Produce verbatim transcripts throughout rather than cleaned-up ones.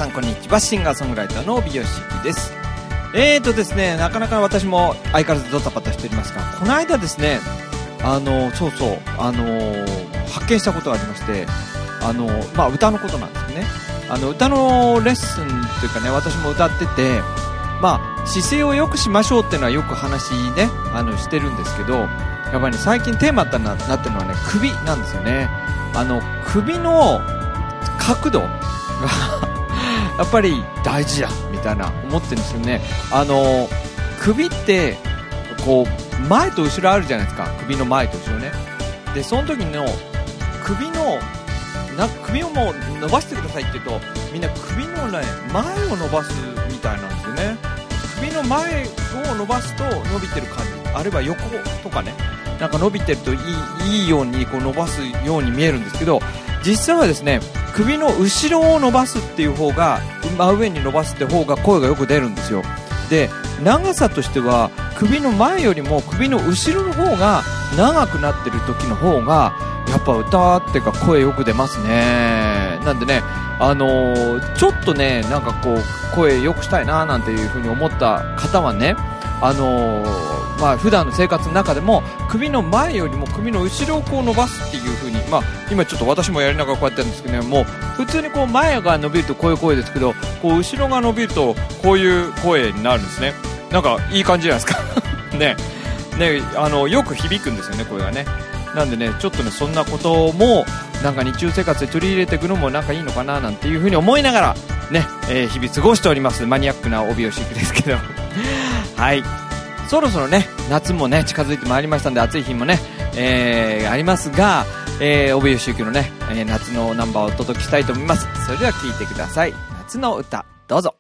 さんこんにちは。シンガーソングライターの美容師です。えーとですねなかなか私も相変わらずドタバタしておりますが、この間ですねあのそうそうあの発見したことがありまして、あのまあ歌のことなんですね。あの歌のレッスンというかね、私も歌ってて、まあ姿勢を良くしましょうっていうのはよく話ねあのしてるんですけど、やっぱり、ね、最近テーマになってるのはね首なんですよね。あの首の角度がやっぱり大事だみたいな思ってるんですよね。あの首ってこう前と後ろあるじゃないですか。首の前と後ろね。でその時の首のな首をもう伸ばしてくださいって言うと、みんな首の、ね、前を伸ばすみたいなんですよね。首の前を伸ばすと伸びてる感じ、あるいは横とかね、なんか伸びてるといい、いいようにこう伸ばすように見えるんですけど、実際はですね首の後ろを伸ばすっていう方が、真上に伸ばすって方が声がよく出るんですよ。で長さとしては首の前よりも首の後ろの方が長くなってる時の方がやっぱ歌っていうか声よく出ますね。なんでねあのー、ちょっとねなんかこう声よくしたいななんていう風に思った方はね、あのー、まあ普段の生活の中でも首の前よりも首の後ろをこう伸ばすっていう風に、まあ今ちょっと私もやりながらこうやってるんですけどね、もう普通にこう前が伸びるとこういう声ですけど、こう後ろが伸びるとこういう声になるんですね。なんかいい感じじゃないですかねね、あのよく響くんですよね声がね。なんでねちょっとねそんなこともなんか日常生活で取り入れていくのもなんかいいのかななんていう風に思いながらね、えー、日々過ごしております。マニアックな帯をシークですけどはい、そろそろね夏もね近づいてまいりましたんで、暑い日もね、えー、ありますが、えー、帯をシークのね、えー、夏のナンバーをお届けしたいと思います。それでは聴いてください。夏の歌どうぞ。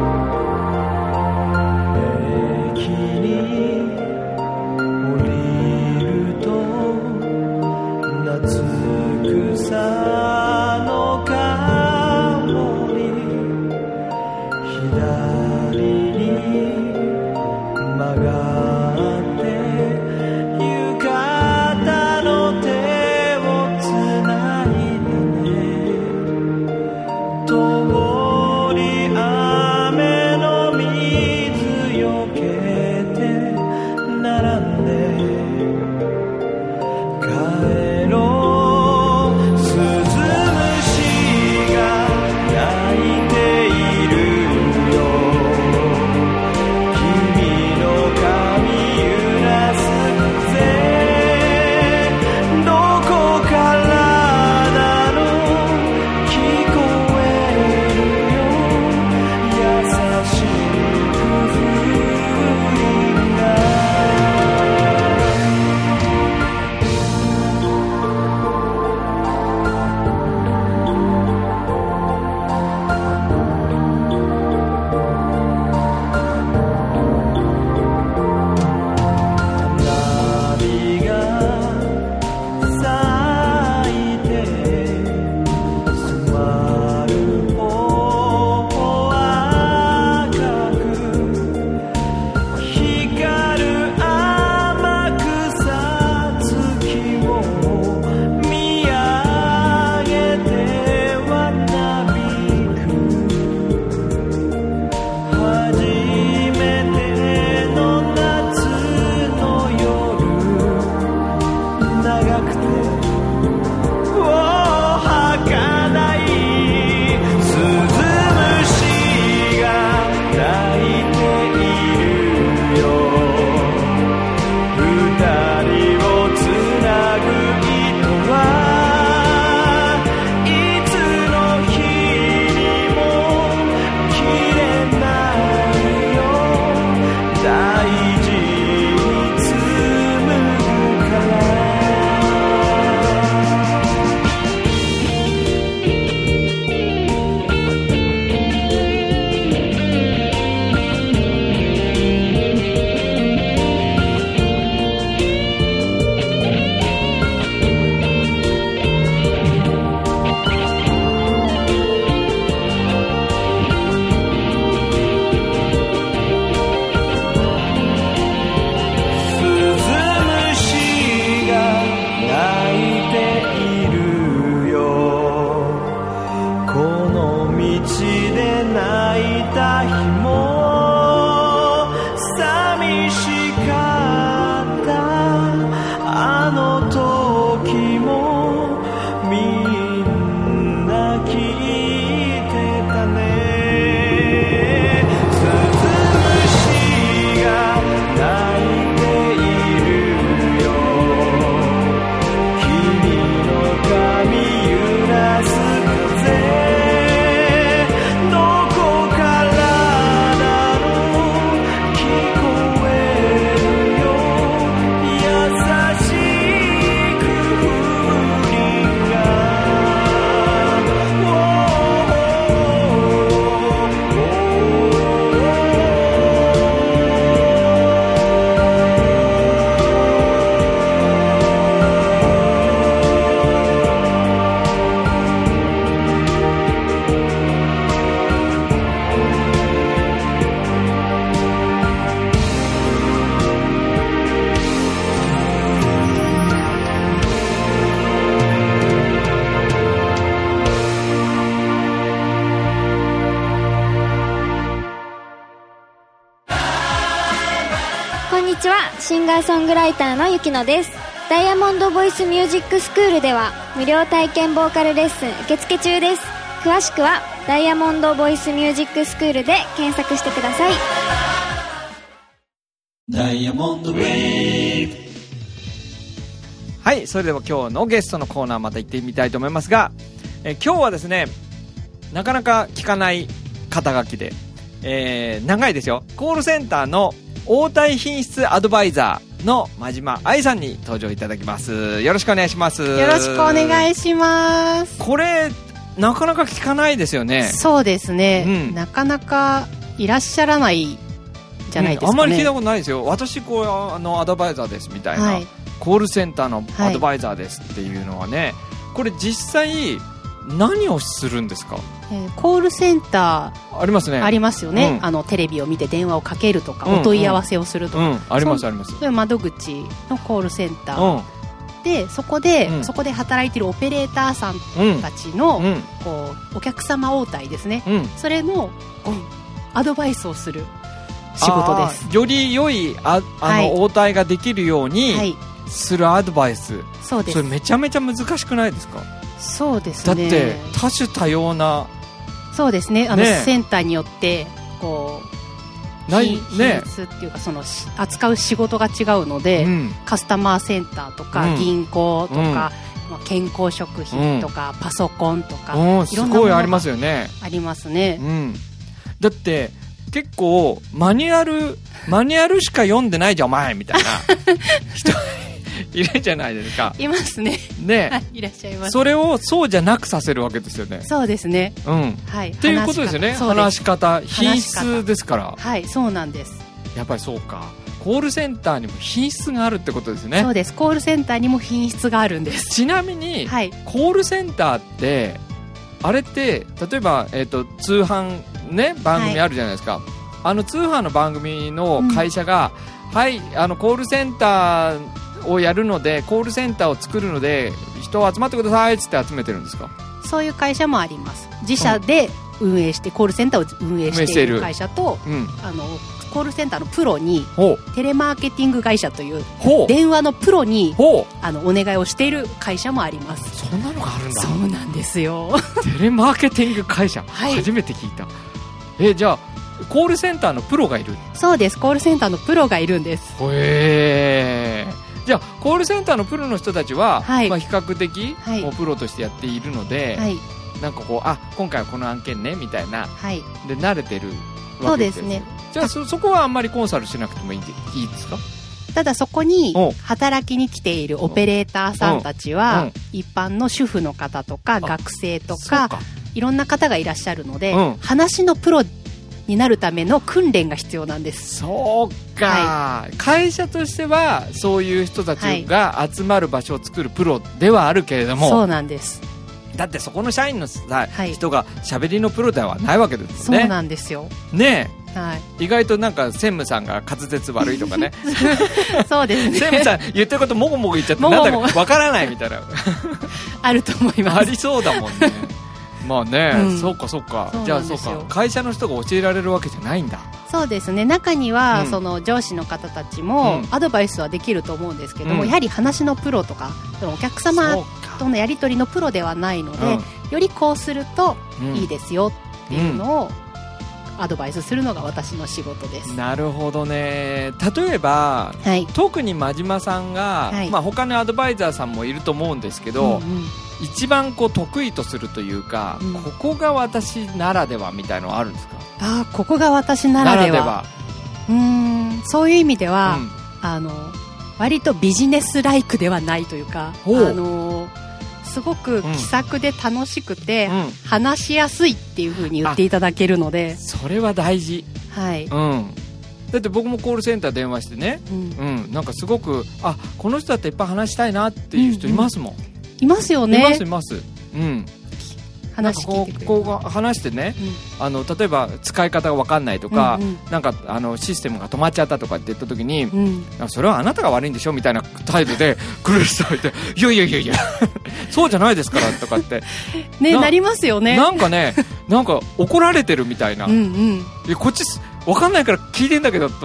駅に降りシンガーソングライターのゆきのです。ダイヤモンドボイスミュージックスクールでは無料体験ボーカルレッスン受付中です。詳しくはダイヤモンドボイスミュージックスクールで検索してください。 ダイヤモンドウェーブ。はい、それでは今日のゲストのコーナーまた行ってみたいと思いますが、え今日はですね、なかなか聞かない肩書きで、えー、長いですよ。コールセンターの応対品質アドバイザーの真島愛さんに登場いただきます。よろしくお願いします。 よろしくお願いします。 これなかなか聞かないですよね。 そうですね、うん、なかなかいらっしゃらないじゃないですかね、 うん、あんまり聞いたことないですよ。私こうあのアドバイザーですみたいな、はい、コールセンターのアドバイザーですっていうのはね、はい、これ実際何をするんですか？ えー、コールセンターありますね。 ありますよね、うん、あのテレビを見て電話をかけるとか、うんうん、お問い合わせをするとか、 うん、ありますあります。 そういう窓口のコールセンター、うん、でそこで、うん、そこで働いているオペレーターさんたちの、うん、こうお客様応対ですね、うん、それのアドバイスをする仕事です。 より良いああの、はい、応対ができるようにするアドバイス、はい、 そうです。 それめちゃめちゃ難しくないですか？ そうですね。 だって多種多様な、 そうですね、あの、ね、センターによってこうないね、 品質っていうかその扱う仕事が違うので、うん、カスタマーセンターとか、うん、銀行とか、うん、健康食品とか、うん、パソコンとか、 うん、いろんなものがありますよね。 ありますね、 うん、だって結構マニュアルマニュアルしか読んでないじゃんお前みたいな人いるじゃないですか。 いますね。 ね、 はい、いらっしゃいます。 それをそうじゃなくさせるわけですよね。 そうですね。 うん。はい。っていうことですよね。話し方、品質ですから。 はい、そうなんです。 やっぱりそうか。コールセンターにも品質があるってことですね。 そうです。コールセンターにも品質があるんです。 ちなみに、はい、コールセンターってあれって例えばえっと通販ね番組あるじゃないですか。はい、あの通販の番組の会社が、うん、はいあのコールセンターをやるのでコールセンターを作るので人を集まってくださいって集めてるんですか？ そういう会社もあります。自社で運営して、うん、コールセンターを運営している会社と、うん、あのコールセンターのプロにテレマーケティング会社という電話のプロにあのお願いをしている会社もあります。 そんなのがあるんだ。 そうなんですよ。 テレマーケティング会社、はい、初めて聞いた。えじゃあコールセンターのプロがいる？ そうです。コールセンターのプロがいるんです。 へー。じゃあコールセンターのプロの人たちは、はいまあ、比較的、はい、もうプロとしてやっているので、はい、なんかこうあ今回はこの案件ねみたいな、はい、で慣れてるわけです。そうですね。じゃあ そ, そこはあんまりコンサルしなくてもいいいいですか？ ただそこに働きに来ているオペレーターさんたちは、うんうん、一般の主婦の方とか学生と か, かいろんな方がいらっしゃるので、うん、話のプロになるための訓練が必要なんです。 そうか、はい、会社としてはそういう人たちが集まる場所を作るプロではあるけれども、 そうなんです。 だってそこの社員のさ、はい、人が喋りのプロではないわけですよね。 そうなんですよねえ、はい、意外となんか専務さんが滑舌悪いとかねそうですね。 専務さん言ってることもごもご言っちゃってなんだかわからないみたいなあると思います。 ありそうだもんねまあね、うん、そうかそうか。じゃあそうか会社の人が教えられるわけじゃないんだ。 そうですね。中には、うん、その上司の方たちもアドバイスはできると思うんですけども、うん、やはり話のプロとかそのお客様とのやり取りのプロではないので、うん、よりこうするといいですよっていうのをアドバイスするのが私の仕事です。 なるほどね。例えば、はい、特に真島さんが、はいまあ、他のアドバイザーさんもいると思うんですけど、うんうん、一番こう得意とするというか、うん、ここが私ならではみたいなのはあるんですか？ あここが私ならでは、ならではうーんそういう意味では、うん、あの割とビジネスライクではないというか、あのすごく気さくで楽しくて、うん、話しやすいっていう風に言っていただけるので、 それは大事。はい、うん、だって僕もコールセンター電話してね、うんうん、なんかすごくあこの人だっていっぱい話したいなっていう人いますもん、うんうん、 いますよね。 いますいます、うん、話聞いてくれる。こうこう話してね、うん、あの例えば使い方が分かんないとか、うんうん、なんかあのシステムが止まっちゃったとかって言った時に、うん、それはあなたが悪いんでしょみたいな態度で来る人がいていやいやいやいやそうじゃないですからとかってね な, なりますよね。 なんかねなんか怒られてるみたいな、うん、うん、いやこっち分かんないから聞いてんだけどと思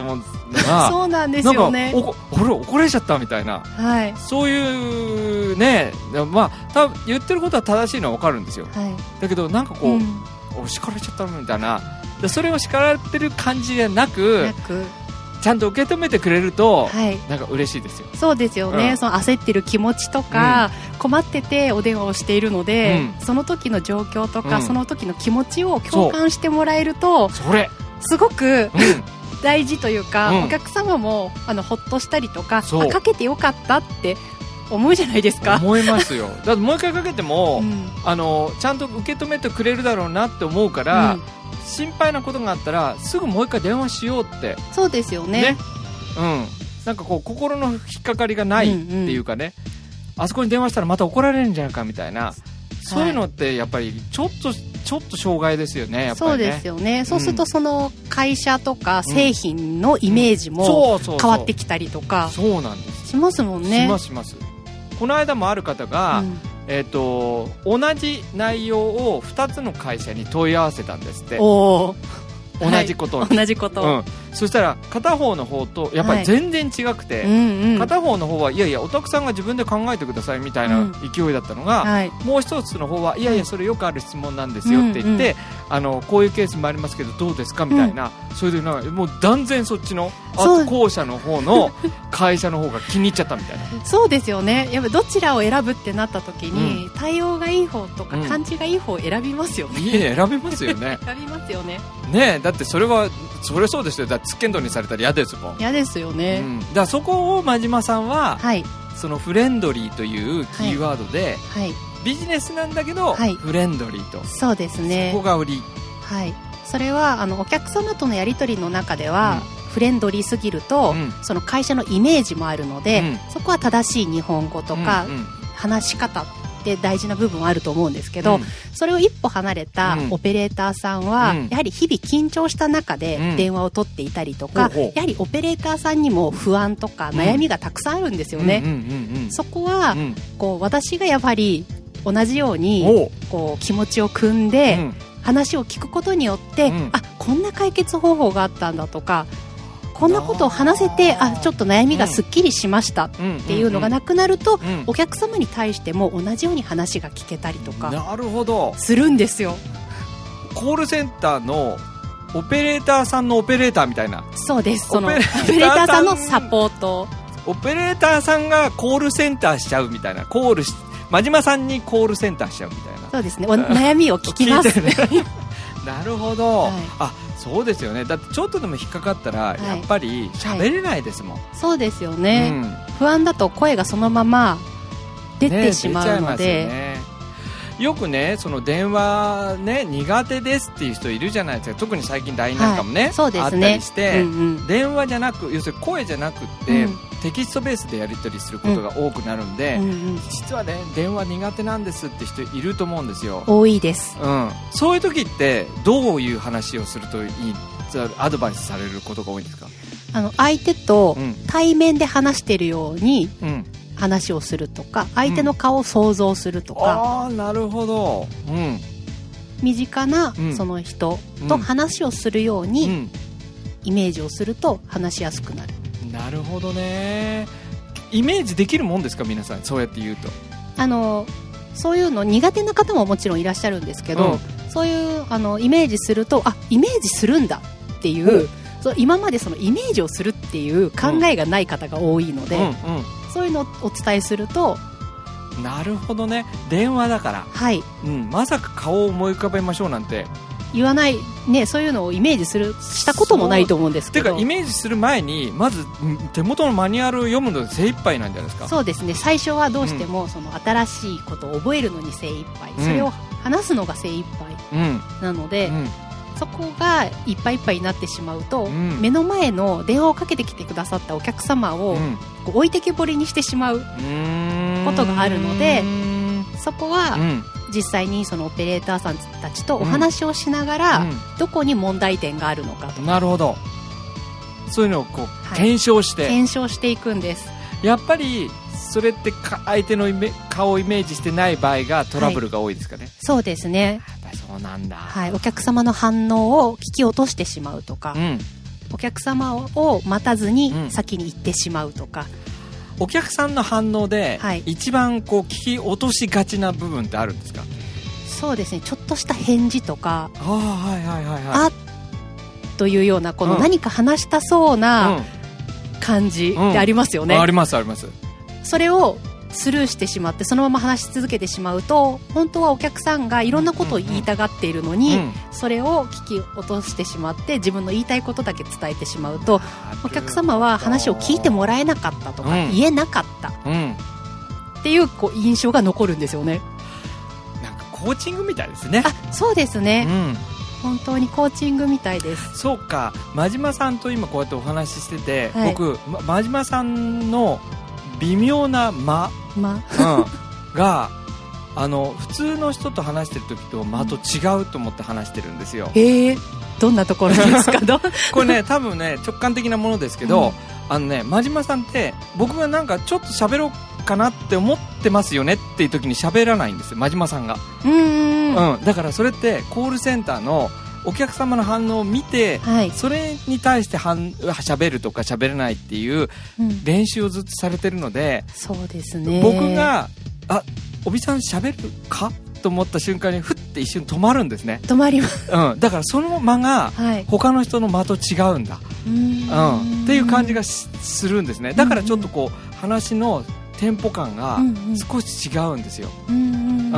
がそうなんですよね。 なんかお俺怒られちゃったみたいな、 はい、 そういうね、まあ多分言ってることは正しいのは分かるんですよ、はい、だけどなんかこう、うん、お叱られちゃったみたいな、それを叱られてる感じじゃなく、なくちゃんと受け止めてくれると、はい、なんか嬉しいですよ。 そうですよね、うん、その焦ってる気持ちとか、うん、困っててお電話をしているので、うん、その時の状況とか、うん、その時の気持ちを共感してもらえると、 それすごく、うん、大事というか、うん、お客様もあのほっとしたりとか、あ、かけてよかったって思うじゃないですか。 思いますよ。だってもう一回かけても、うん、あのちゃんと受け止めてくれるだろうなって思うから、うん、心配なことがあったらすぐもう一回電話しようって。 そうですよ ね, ね、うん、なんかこう心の引っかかりがないっていうかね、うんうん、あそこに電話したらまた怒られるんじゃないかみたいな、そういうのってやっぱりちょっとちょっと障害ですよね、やっぱりね。 そうですよね。そうするとその会社とか製品のイメージも変わってきたりとかしますもんね。 しますします。この間もある方が、うん、えーと、同じ内容をふたつの会社に問い合わせたんですって。 お同じことを、 はい、同じこと、 うん、そしたら片方の方とやっぱり全然違くて、はい、うんうん、片方の方はいやいやお客さんが自分で考えてくださいみたいな勢いだったのが、うん、はい、もう一つの方はいやいやそれよくある質問なんですよって言って、うんうん、あのこういうケースもありますけどどうですかみたいな、うん、それでなんかもう断然そっちの後者の方の会社の方が気に入っちゃったみたいな。 そうですよね。やっぱどちらを選ぶってなった時に、うん、対応がいい方とか感じがいい方を選びますよね。 いえ、選びますよね。 選びますよね。 ねえ、だってそれはそれそうですよ。だってつっけんどにされたら嫌ですもん。 嫌ですよね、 うん、だからそこを真島さんは、はい、そのフレンドリーというキーワードで、はいはい、ビジネスなんだけど、はい、フレンドリーと。 そうですね。 そこが売り。 はい、それはあのお客様とのやり取りの中では、うん、フレンドリーすぎると、うん、その会社のイメージもあるので、うん、そこは正しい日本語とか、うんうん、話し方って大事な部分はあると思うんですけど、うん、それを一歩離れたオペレーターさんは、うん、やはり日々緊張した中で電話を取っていたりとか、うん、やはりオペレーターさんにも不安とか悩みがたくさんあるんですよね、うんうんうんうん、そこは、うん、こう私がやはり同じようにこう気持ちを組んで、うん、話を聞くことによって、うん、あ、こんな解決方法があったんだとか、こんなことを話せて、あ、ちょっと悩みがすっきりしましたっていうのがなくなると、うんうんうん、お客様に対しても同じように話が聞けたりとかなるほどするんですよ。 コールセンターのオペレーターさんのオペレーターみたいな。 そうです。そのオペレーターさんのサポート、 オペレーターさんがコールセンターしちゃうみたいな、コールし真島さんにコールセンターしちゃうみたいな。 そうですね。お悩みを聞きます。 なるほど、はい、あ、そうですよね。だってちょっとでも引っかかったら、はい、やっぱり喋れないですもん、はい、 そうですよね、うん、不安だと声がそのまま出てしまうので、ね、 よくね、その電話ね苦手ですっていう人いるじゃないですか。特に最近 ライン なんかもね、はい、そうですね、あったりして、うんうん、電話じゃなく、要するに声じゃなくって、うん、テキストベースでやり取りすることが多くなるんで、うんうんうん、実はね電話苦手なんですって人いると思うんですよ。 多いです、 うん、そういう時ってどういう話をするといい、アドバイスされることが多いんですか？ あの相手と対面で話しているように、うん、話をするとか、相手の顔を想像するとか、うん、 あー、なるほど、うん、 身近なその人と話をするようにイメージをすると話しやすくなる。 なるほどね。イメージできるもんですか、皆さん、そうやって言うと。 あのそういうの苦手な方ももちろんいらっしゃるんですけど、うん、そういうあのイメージすると、あ、イメージするんだっていう、うん、そう今までそのイメージをするっていう考えがない方が多いので、うんうんうん、そういうのをお伝えすると。 なるほどね。電話だから、 はい、 うん、まさか顔を思い浮かべましょうなんて言わない、ね、そういうのをイメージするしたこともないと思うんですけど。 てかイメージする前にまず手元のマニュアルを読むので精一杯なんじゃないですか。 そうですね。最初はどうしてもその新しいことを覚えるのに精一杯、うん、それを話すのが精一杯なので、うんうん、そこがいっぱいいっぱいになってしまうと、うん、目の前の電話をかけてきてくださったお客様を、うん、こう置いてけぼりにしてしまうことがあるので、そこは、うん、実際にそのオペレーターさんたちとお話をしながら、うん、どこに問題点があるのかとか。 なるほど。そういうのをこう、はい、検証して検証していくんです。 やっぱりそれってか相手のイメ顔をイメージしてない場合がトラブルが多いですかね、はい、 そうですね。 やっぱりそうなんだ、 はい、お客様の反応を聞き落としてしまうとか、うん、 お客様を待たずに先に行ってしまうとか、 うん、お客さんの反応で一番こう聞き落としがちな部分ってあるんですか？ そうですね、ちょっとした返事とか、 あ、はいはいはいはい、 あというようなこの何か話したそうな感じってありますよね、 うんうん、ありますあります。 それをスルーしてしまってそのまま話し続けてしまうと、本当はお客さんがいろんなことを言いたがっているのに、うんうん、それを聞き落としてしまって自分の言いたいことだけ伝えてしまうと、お客様は話を聞いてもらえなかったとか、うん、言えなかった、うん、っていう、こう印象が残るんですよね。 なんかコーチングみたいですね。 あ、そうですね、うん、本当にコーチングみたいです。 そうか、真島さんと今こうやってお話ししてて、はい、僕、ま、真島さんの微妙な間、間、うん、があの普通の人と話してる時と間と違うと思って話してるんですよ。 えー、どんなところですか？ これね、多分ね直感的なものですけど、うん、あのね、真島さんって僕がなんかちょっと喋ろうかなって思ってますよねっていう時に喋らないんですよ、真島さんが。うん、うん、だからそれってコールセンターのお客様の反応を見て、はい、それに対して喋るとか喋れないっていう練習をずっとされてるので、 うん、そうですね、 僕があ、帯さん喋るかと思った瞬間にふって一瞬止まるんですね。 止まります、 うん、だからその間が他の人の間と違うんだ、うん、うん、っていう感じがするんですね。だからちょっとこう話のテンポ感が少し違うんですよ、うんうんうん、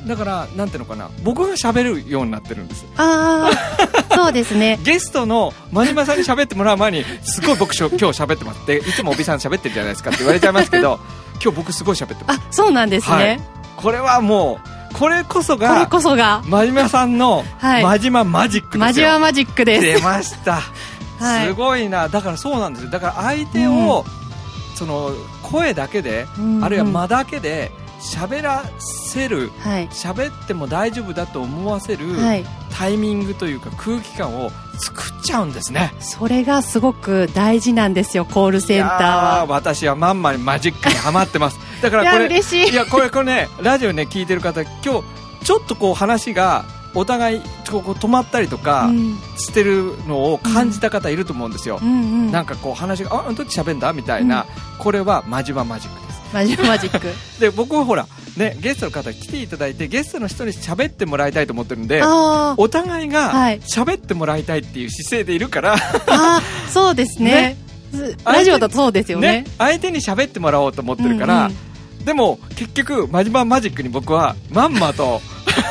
だからなんていうのかな、僕が喋るようになってるんです。 ああ、そうですね。 ゲストの真島さんに喋ってもらう前にすごい僕今日喋ってますっていつも帯さん喋ってるじゃないですかって言われちゃいますけど今日僕すごい喋ってます。 あ、そうなんですね、はい、 これはもうこれこそがこれこそが真島さんの真島マジックですよ。 真島マジックです。 出ました、はい、すごいな。だからそうなんですよ。だから相手を、うん、その声だけで、うんうん、あるいは間だけで喋らせる、はい、喋っても大丈夫だと思わせる、はい、タイミングというか空気感を作っちゃうんですね。 それがすごく大事なんですよ、コールセンターは。 私はまんまにマジックにハマってます。だからこれいや嬉しい。 いやこれこれね、ラジオね聞いてる方、今日ちょっとこう話がお互いこう止まったりとかしてるのを感じた方いると思うんですよ、うんうんうん、なんかこう話があどっち喋んだみたいな、うん、これは真島マジックです。 真島マジックで僕はほらね、ゲストの方来ていただいてゲストの人に喋ってもらいたいと思ってるんで、お互いが喋ってもらいたいっていう姿勢でいるから、はい、 あそうですね、ね、ラジオだとそうですよ ね, ね相手に喋ってもらおうと思ってるから、うんうん、でも結局真島マジックに僕はまんまと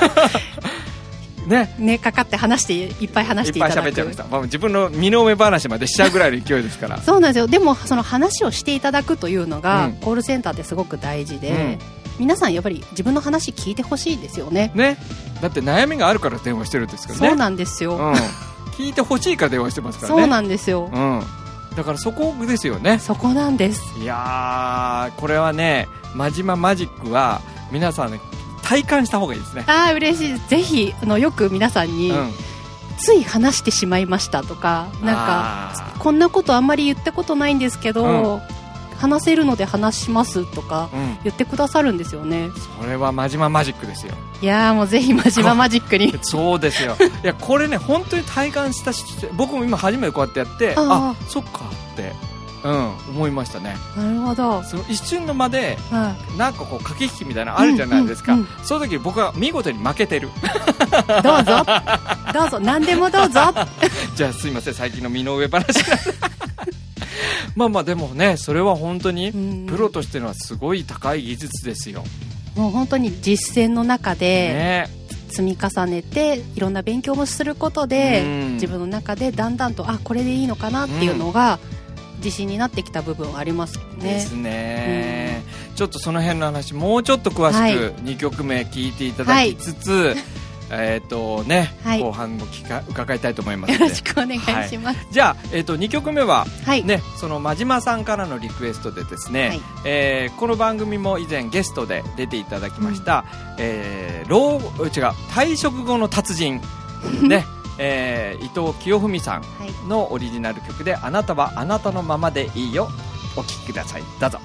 ねね、かかって話していっぱい話していただく。 いっぱい喋っちゃいました、まあ、自分の身の上話までしちゃうぐらいの勢いですからそうなんですよ。でもその話をしていただくというのが、うん、コールセンターってすごく大事で、うん、皆さんやっぱり自分の話聞いてほしいですよ ね, ねだって悩みがあるから電話してるんですからね。 そうなんですよ、うん、 聞いてほしいから電話してますからね。 そうなんですよ、 うん、だからそこですよね。 そこなんです。 いやーこれはね、真島マジックは皆さんね体感した方がいいですね。 あー嬉しい。ぜひあのよく皆さんに、うん、つい話してしまいましたとか、なんかこんなことあんまり言ったことないんですけど、うん、話せるので話しますとか言ってくださるんですよね、うん、 それは真島マジックですよ。 いやーもうぜひ真島マジックにそうですよ。いやこれね本当に体感したし、僕も今初めてこうやってやって、あそっかってうん、思いましたね。 なるほど。 その一瞬の間で、はい、なんかこう駆け引きみたいなのあるじゃないですか、うんうんうん、その時僕は見事に負けてるどうぞどうぞ何でもどうぞじゃあすいません最近の身の上話まあまあでもねそれは本当にプロとしてのはすごい高い技術ですよ。 もう本当に実践の中で、ね、積み重ねていろんな勉強もすることで、うん、自分の中でだんだんとあこれでいいのかなっていうのが、うん自信になってきた部分ありますね。 ですね、うん、ちょっとその辺の話もうちょっと詳しくにきょくめ聞いていただきつつ、はいえーとねはい、後半も聞か伺いたいと思いますのでよろしくお願いします、はい、 じゃあ、えー、とにきょくめは、はいね、その真島さんからのリクエストでですね、はいえー、この番組も以前ゲストで出ていただきました、うんえー、老違う退職後の達人ねえー、伊藤清文さんのオリジナル曲で、はい、あなたはあなたのままでいいよお聴きください。どうぞ。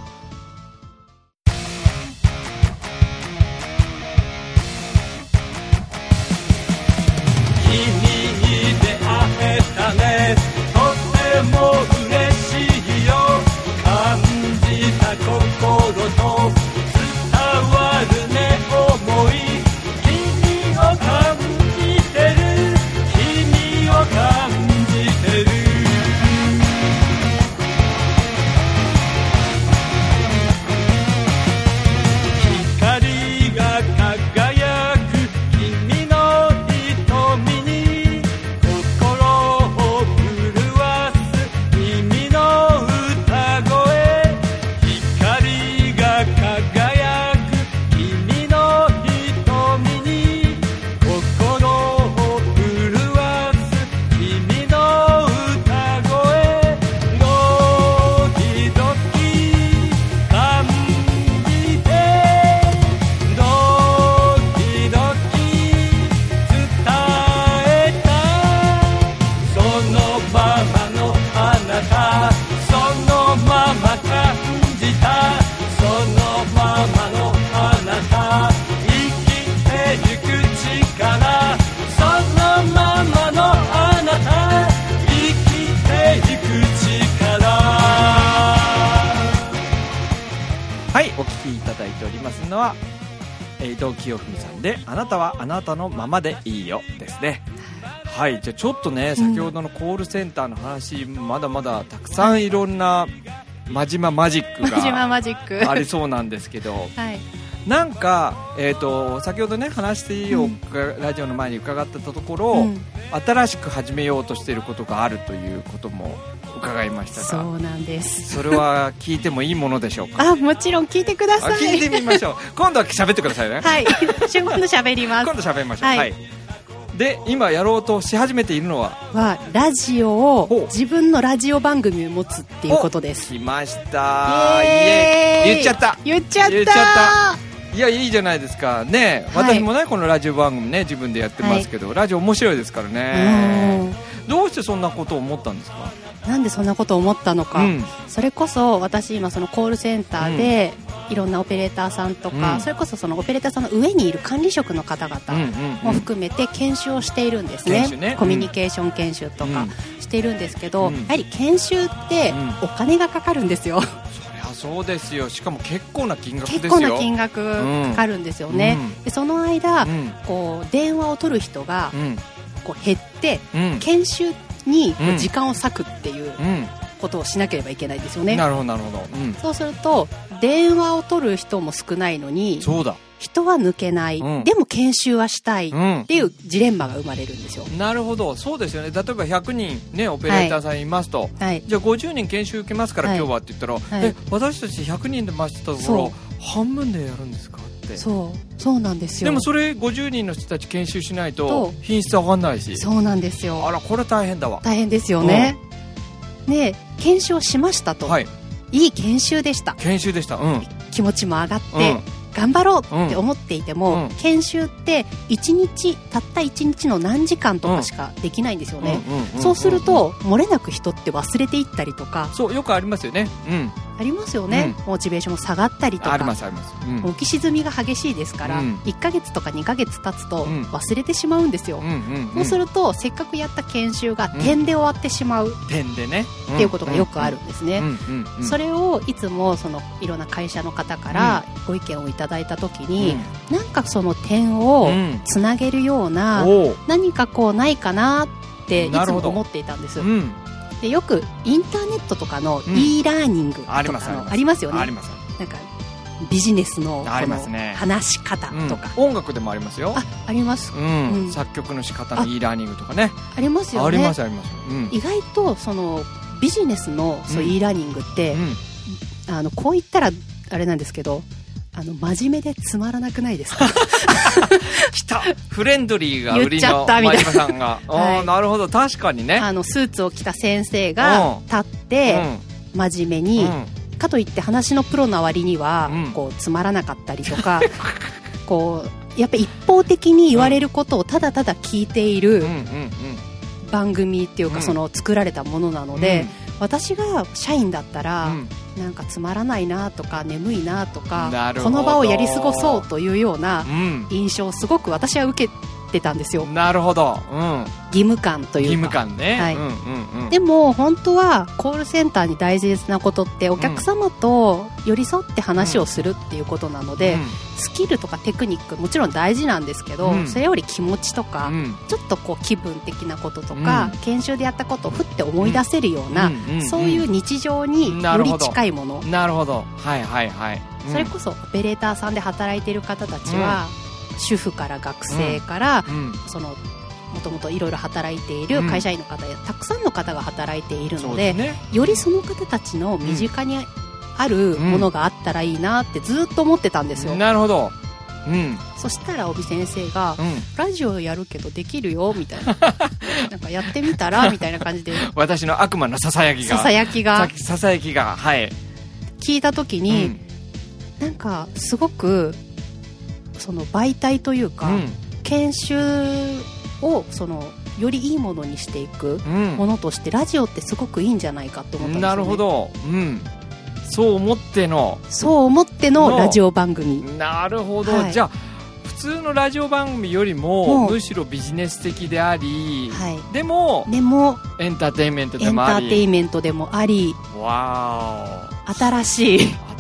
君に出会えたねとってきいただいておりますのは、えー、伊藤清文さんであなたはあなたのままでいいよですね。はい、じゃあちょっとね、先ほどのコールセンターの話、うん、まだまだたくさんいろんな真島マジック真島マジックがありそうなんですけど、 はい、 なんか、えー、と先ほどね話を、うん、ラジオの前に伺ったところ、うん、新しく始めようとしていることがあるということも伺いましたが、 そうなんです。 それは聞いてもいいものでしょうか？ あ、もちろん聞いてください。 聞いてみましょう。今度は喋ってくださいね。 はい、今度喋ります。 今度喋りましょう。はい、はい、で今やろうとし始めているのははラジオを自分のラジオ番組を持つっていうことです。 来ました。イエーイ。言っちゃった言っちゃった言っちゃったいや、いいじゃないですかね。私もね、はい、このラジオ番組ね自分でやってますけど、はい、ラジオ面白いですからね。どうしてそんなことを思ったんですか？ なんでそんなことを思ったのか、うん、それこそ私今そのコールセンターで、うん、いろんなオペレーターさんとか、うん、それこそそのオペレーターさんの上にいる管理職の方々も含めて研修をしているんですね、うんね、コミュニケーション研修とかしているんですけど、うん、やはり研修ってお金がかかるんですよ、うん、そりゃそうですよ。しかも結構な金額ですよ。 結構な金額かかるんですよね、うん、でその間、うん、こう電話を取る人がこう減って、うん、研修に時間を割くっていうことをしなければいけないですよね、 うん、なるほどなるほど、 うん、そうすると電話を取る人も少ないのにそうだ人は抜けない、うん、でも研修はしたいっていうジレンマが生まれるんですよ、 うん、なるほど。そうですよね。例えばひゃくにん、ね、オペレーターさんいますと、はい、じゃあごじゅうにん研修受けますから、はい、今日はって言ったら、はい、え私たちひゃくにんで回してたところ半分でやるんですかって。 そうそうなんですよ。 でもそれごじゅうにんの人たち研修しないと品質上がんないし。 そうなんですよ。 あらこれ大変だわ。 大変ですよね、うん、で研修をしましたと、はい、いい研修でした。 研修でした、うん、 気持ちも上がって、うん、頑張ろうって思っていても、うん、研修っていちにちたったいちにちの何時間とかしかできないんですよね。そうすると漏れなく人って忘れていったりとか。 そうよくありますよね、うん、 ありますよね、うん、モチベーションも下がったりとか。 ありますあります、うん、 浮き沈みが激しいですから、うん、いっかげつとかにかげつ経つと忘れてしまうんですよ、うんうんうんうん、そうするとせっかくやった研修が点で終わってしまう、 点でね、 っていうことがよくあるんですね。それをいつもそのいろんな会社の方からご意見をいただいた時に、うん、なんかその点をつなげるような、うん、何かこうないかなっていつも思っていたんです、うん、でよくインターネットとかの e ラーニングとかのありますよね。 あります。 なんかビジネスのこの話し方とか、 うん、音楽でもありますよ。 あ、あります、 うんうん、作曲の仕方の e ラーニングとかね。 ありますよね。 ありますあります、うん、 意外とそのビジネスのそう e ラーニングって、うん、あのこう言ったらあれなんですけど、あの真面目でつまらなくないですか？ 来たフレンドリーが売りの真島さんが、はい、なるほど。確かにね、 あのスーツを着た先生が立って、うん、真面目に、うん、かといって話のプロの割には、うん、こうつまらなかったりとかこうやっぱり一方的に言われることをただただ聞いている番組っていうか、うん、その作られたものなので、うん、私が社員だったら、うん、なんかつまらないなとか眠いなとか、この場をやり過ごそうというような印象をすごく私は受けてたんですよ。 なるほど、うん、 義務感というか。 義務感ね、 はい、うんうんうん、でも本当はコールセンターに大切なことってお客様と寄り添って話をするっていうことなので、うん、スキルとかテクニックもちろん大事なんですけど、うん、それより気持ちとか、うん、ちょっとこう気分的なこととか、うん、研修でやったことをふって思い出せるような、うんうんうん、そういう日常により近いもの。 なるほど、はいはいはい、うん、 それこそオペレーターさんで働いている方たちは、うん、主婦から学生から、うんうん、そのもともといろいろ働いている会社員の方や、うん、たくさんの方が働いているので、ね、よりその方たちの身近にあるものがあったらいいなってずっと思ってたんですよ、 うん、なるほど、うん、 そしたら帯先生が、うん、ラジオやるけどできるよみたいななんかやってみたらみたいな感じで私の悪魔のささやきがささやきがささやきが、はい、 聞いた時に、うん、なんかすごくその媒体というか、うん、研修をそのよりいいものにしていくものとして、うん、ラジオってすごくいいんじゃないかと思ったんですよね。 なるほど、うん、そう思ってのそう思ってのラジオ番組。 なるほど、はい、じゃあ普通のラジオ番組よりもむしろビジネス的であり、はい、でもでもエンターテインメントでもありエンターテインメントでもあり、 わー新しい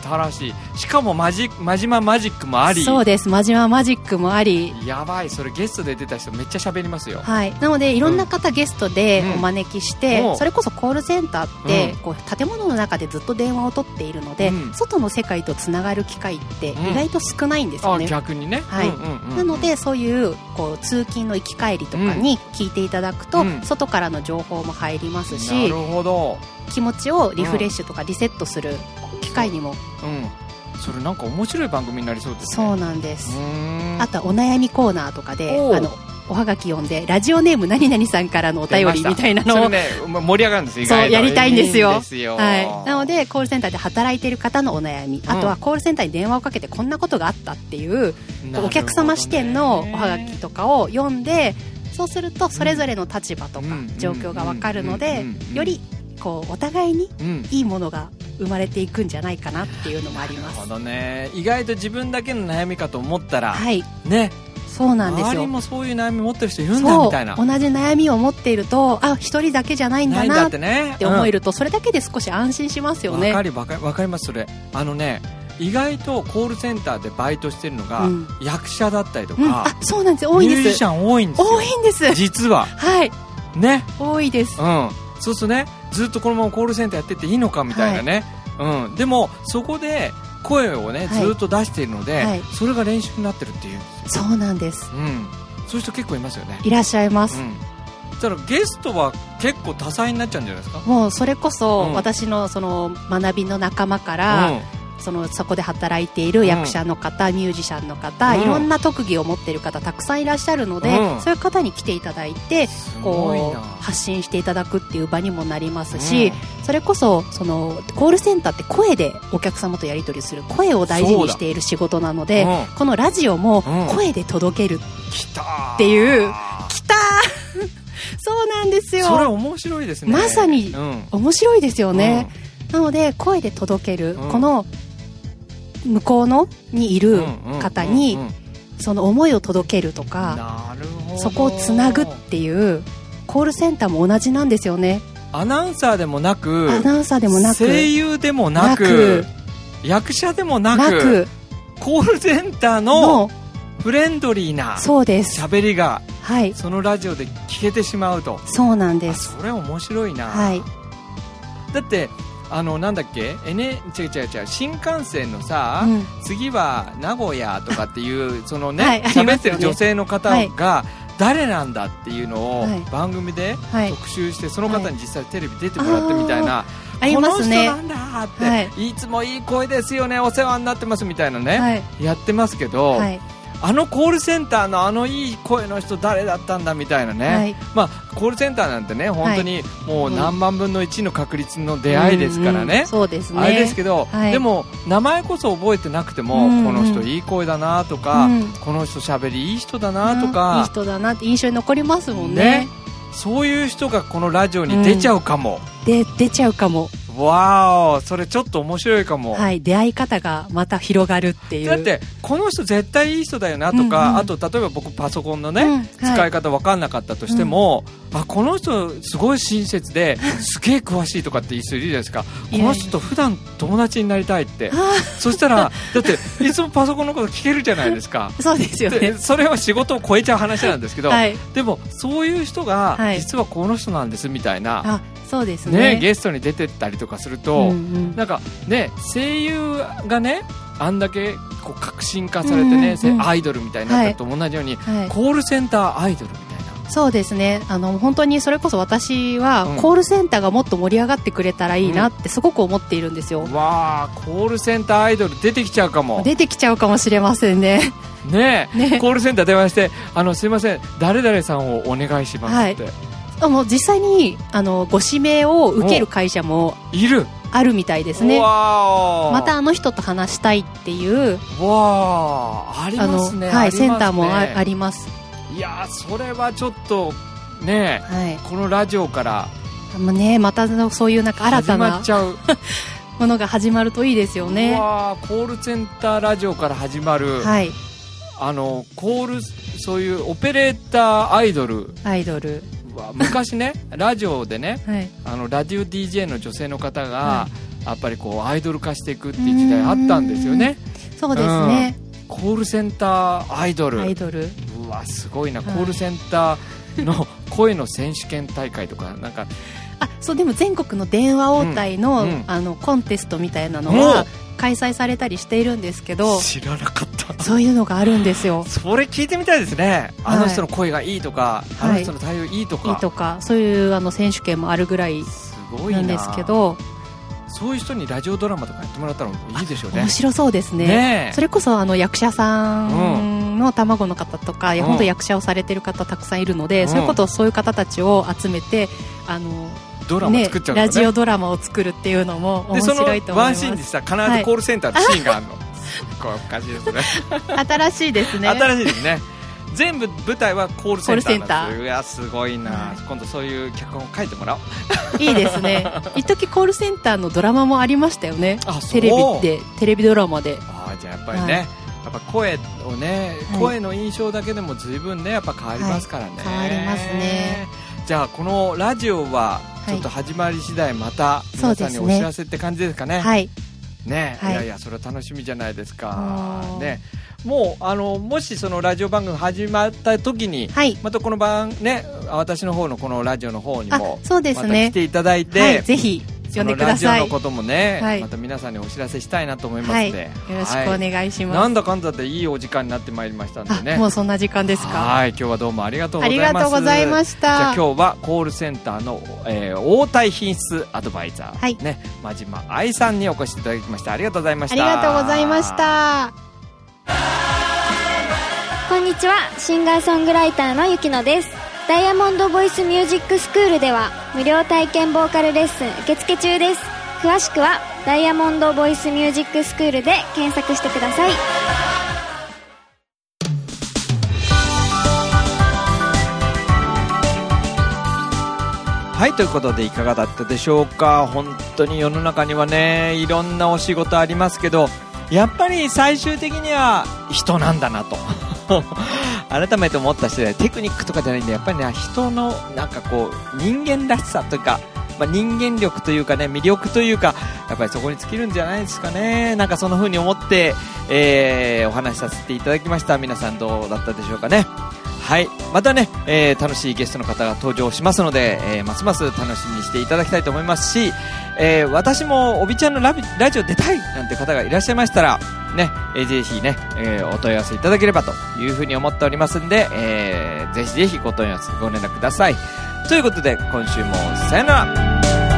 新しい。しかもマジ真島マジックもあり。 そうです、真島マジックもあり。 やばい、それゲストで出た人めっちゃ喋りますよ。 はい、なのでいろんな方ゲストでお招きして、 うん、 それこそコールセンターって、 うん、 こう建物の中でずっと電話を取っているので、うん、外の世界とつながる機会って意外と少ないんですよね、 うん、あ逆にね、 はい、うんうんうん、なのでそういうこう通勤の行き帰りとかに聞いていただくと、うん、外からの情報も入りますし、 なるほど、 気持ちをリフレッシュとかリセットする機会にも、 うん、それなんか面白い番組になりそうですね。 そうなんです。あとはお悩みコーナーとかであのおはがき読んでラジオネーム何々さんからのお便りみたいなのを、 それね、盛り上がるんですよ。 そうやりたいんですよ。 いいんですよ、 はい、なのでコールセンターで働いている方のお悩み、うん、あとはコールセンターに電話をかけてこんなことがあったっていう、ね、お客様視点のおはがきとかを読んで、そうするとそれぞれの立場とか状況が分かるので、よりこうお互いにいいものが生まれていくんじゃないかなっていうのもあります。 なるほどね。意外と自分だけの悩みかと思ったら、 はい、 ね、 そうなんですよ。 周りもそういう悩み持ってる人いるんだみたいな。 同じ悩みを持っていると、あ、一人だけじゃないんだなって思えると、それだけで少し安心しますよね。 わかりわかりわかります。それあのね、意外とコールセンターでバイトしてるのが、うん、役者だったりとか、うん、 あ、そうなんです、多いです。 ミュージシャン多いんですよ。 多いんです、 実は。 はい、 ね、 多いです。 うん、そうするとね、ずっとこのままコールセンターやってていいのかみたいなね、はい、うん、でもそこで声をね、ずっと出しているので、はい、それが練習になってるっていうんですよ。 そうなんです、 うん、そういう人結構いますよね。 いらっしゃいます、 うん、だからゲストは結構多彩になっちゃうんじゃないですか。 もうそれこそ、うん、私のその学びの仲間から、うん、そのそこで働いている役者の方、うん、ミュージシャンの方、うん、いろんな特技を持っている方たくさんいらっしゃるので、うん、そういう方に来ていただいてこう発信していただくっていう場にもなりますし、うん、それこそ、そのコールセンターって声でお客様とやり取りする、声を大事にしている仕事なので、うん、このラジオも声で届けるっていう、うん、きたーそうなんですよ。 それ面白いですね。 まさに面白いですよね、うん、なので声で届ける、うん、この向こうのにいる方にその思いを届けるとか、 なるほど、 そこをつなぐっていう、コールセンターも同じなんですよね。 アナウンサーでもなく、 アナウンサーでもなく、 声優でもなく、役者でもなく、なくコールセンターのフレンドリーな喋りが、はい、そのラジオで聞けてしまうと。 そうなんです。 それ面白いな、 はい、 だってあのなんだっけ、N、違う違う違う、新幹線のさ、うん、次は名古屋とかっていうそのね、はい、喋ってる女性の方が誰なんだっていうのを番組で特集して、その方に実際テレビ出てもらってみたいな、 ありますね、 この人なんだって、はい、いつもいい声ですよね、お世話になってますみたいなね、はい、やってますけど、はい、あのコールセンターのあのいい声の人誰だったんだみたいなね、はい、まあ、コールセンターなんてね、本当にもう何万分のいちの確率の出会いですからね、 うんうん、そうですね、 あれですけど、はい、でも名前こそ覚えてなくても、うんうん、この人いい声だなとか、うん、この人喋りいい人だなとか、 うん、いい人だなって印象に残りますもん ね, ね、そういう人がこのラジオに出ちゃうかも、 うん、で出ちゃうかも。 わー、それちょっと面白いかも。 はい、出会い方がまた広がるっていう。 だってこの人絶対いい人だよなとか、うんうん、あと例えば僕パソコンのね、うん、はい、使い方分かんなかったとしても、うん、あ、この人すごい親切ですげえ詳しいとかっていう人いるじゃないですかこの人と普段友達になりたいってそしたらだっていつもパソコンのこと聞けるじゃないですかそうですよね。 それは仕事を超えちゃう話なんですけど、はい、でもそういう人が実はこの人なんですみたいな、 はい、あ、そうですね、 ね、ゲストに出てったりとかすると、うんうん、なんかね、声優がねあんだけこう革新化されてね、うんうんうん、アイドルみたいになったと同じように、はいはい、コールセンターアイドルみたいな。 そうですね、あの本当にそれこそ私は、うん、コールセンターがもっと盛り上がってくれたらいいなってすごく思っているんですよ、うん、 わー、コールセンターアイドル出てきちゃうかも出てきちゃうかもしれませんねねえ、ね、コールセンター電話して、あのすいません誰々さんをお願いしますって、はい、 あの実際にあのご指名を受ける会社もいるあるみたいですね。 わー、 またあの人と話したいっていうわー、ありますね、 あの、はい、センターも あ, あります。 いやー、それはちょっとね、はい、このラジオからま, ね、またそういうなんか新たな始まっちゃうものが始まるといいですよね。 うわー、コールセンターラジオから始まる、 はい、 あのコール、そういうオペレーターアイドルアイドル昔ねラジオでね、はい、あのラジオ ディージェー の女性の方が、はやっぱりこうアイドル化していくっていう時代あったんですよね。 そうですね、 うん、コールセンターアイドル、 アイドル、 うわすごいな、はい、コールセンターの声の選手権大会とかなんかあそうでも全国の電話応対 の,、うんうん、あのコンテストみたいなのは開催されたりしているんですけど、 知らなかった。 そういうのがあるんですよ。 それ聞いてみたいですね。あの人の声がいいとか、はい、あの人の対応いいとか、 いいとか、そういうあの選手権もあるぐらいなんですけど、 そういう人にラジオドラマとかやってもらったらいいでしょうね。 面白そうですね。ね、それこそあの役者さんの卵の方とか、うん、いや本当役者をされてる方たくさんいるので、うん、そういうことをそういう方たちを集めてあのドラマ作っちゃう、ねね、ラジオドラマを作るっていうのも面白いと思います。でそのワンシーンでさ必ずコールセンターのシーンがあるの、はい、これおかしいですね。 新しいですね。 新しいですね。全部舞台はコールセンターなんです。コールセンター。いやすごいな、はい、今度そういう脚本を書いてもらおう。 いいですね。一時コールセンターのドラマもありましたよね。 あテレビでテレビドラマで。 あじゃあやっぱりね、はい、やっぱ声をね、はい、声の印象だけでも随分ねやっぱ変わりますからね、はい、 変わりますね。 じゃあこのラジオはちょっと始まり次第また皆さんにお知らせって感じですかね。 はいね、はい、いやいやそれは楽しみじゃないですか。ね、もうあのもしそのラジオ番組始まった時に、はい、またこの番ね私の方のこのラジオの方にもそうですね、 また来ていただいて、 はい、ぜひ呼んでください。 ラジオのこともね、はい、また皆さんにお知らせしたいなと思いますので、はい、 よろしくお願いします、 はい、なんだかんだでいいお時間になってまいりましたんでね。 もうそんな時間ですか。 はい、今日はどうもありがとうございます。 ありがとうございました。 じゃあ今日はコールセンターの、えー、応対品質アドバイザー、はい、ね、真島愛さんにお越しいただきました。ありがとうございました。 ありがとうございました。 こんにちは、シンガーソングライターのゆきのです。ダイヤモンドボイスミュージックスクールでは無料体験ボーカルレッスン受付中です。詳しくはダイヤモンドボイスミュージックスクールで検索してください。 はい、ということでいかがだったでしょうか。本当に世の中にはねいろんなお仕事ありますけど、やっぱり最終的には人なんだなと改めて思った人で、テクニックとかじゃないんで、やっぱりね人のなんかこう人間らしさというか、まあ、人間力というかね魅力というか、やっぱりそこに尽きるんじゃないですかね。なんかその風に思って、えー、お話しさせていただきました。皆さんどうだったでしょうかね。はい、またね、えー、楽しいゲストの方が登場しますので、えー、ますます楽しみにしていただきたいと思いますし、えー、私もおびちゃんのラビラジオ出たいなんて方がいらっしゃいましたらね、えー、ぜひね、えー、お問い合わせいただければというふうに思っておりますんで、えー、ぜひぜひご問い合わせご連絡ください。ということで今週もさよなら。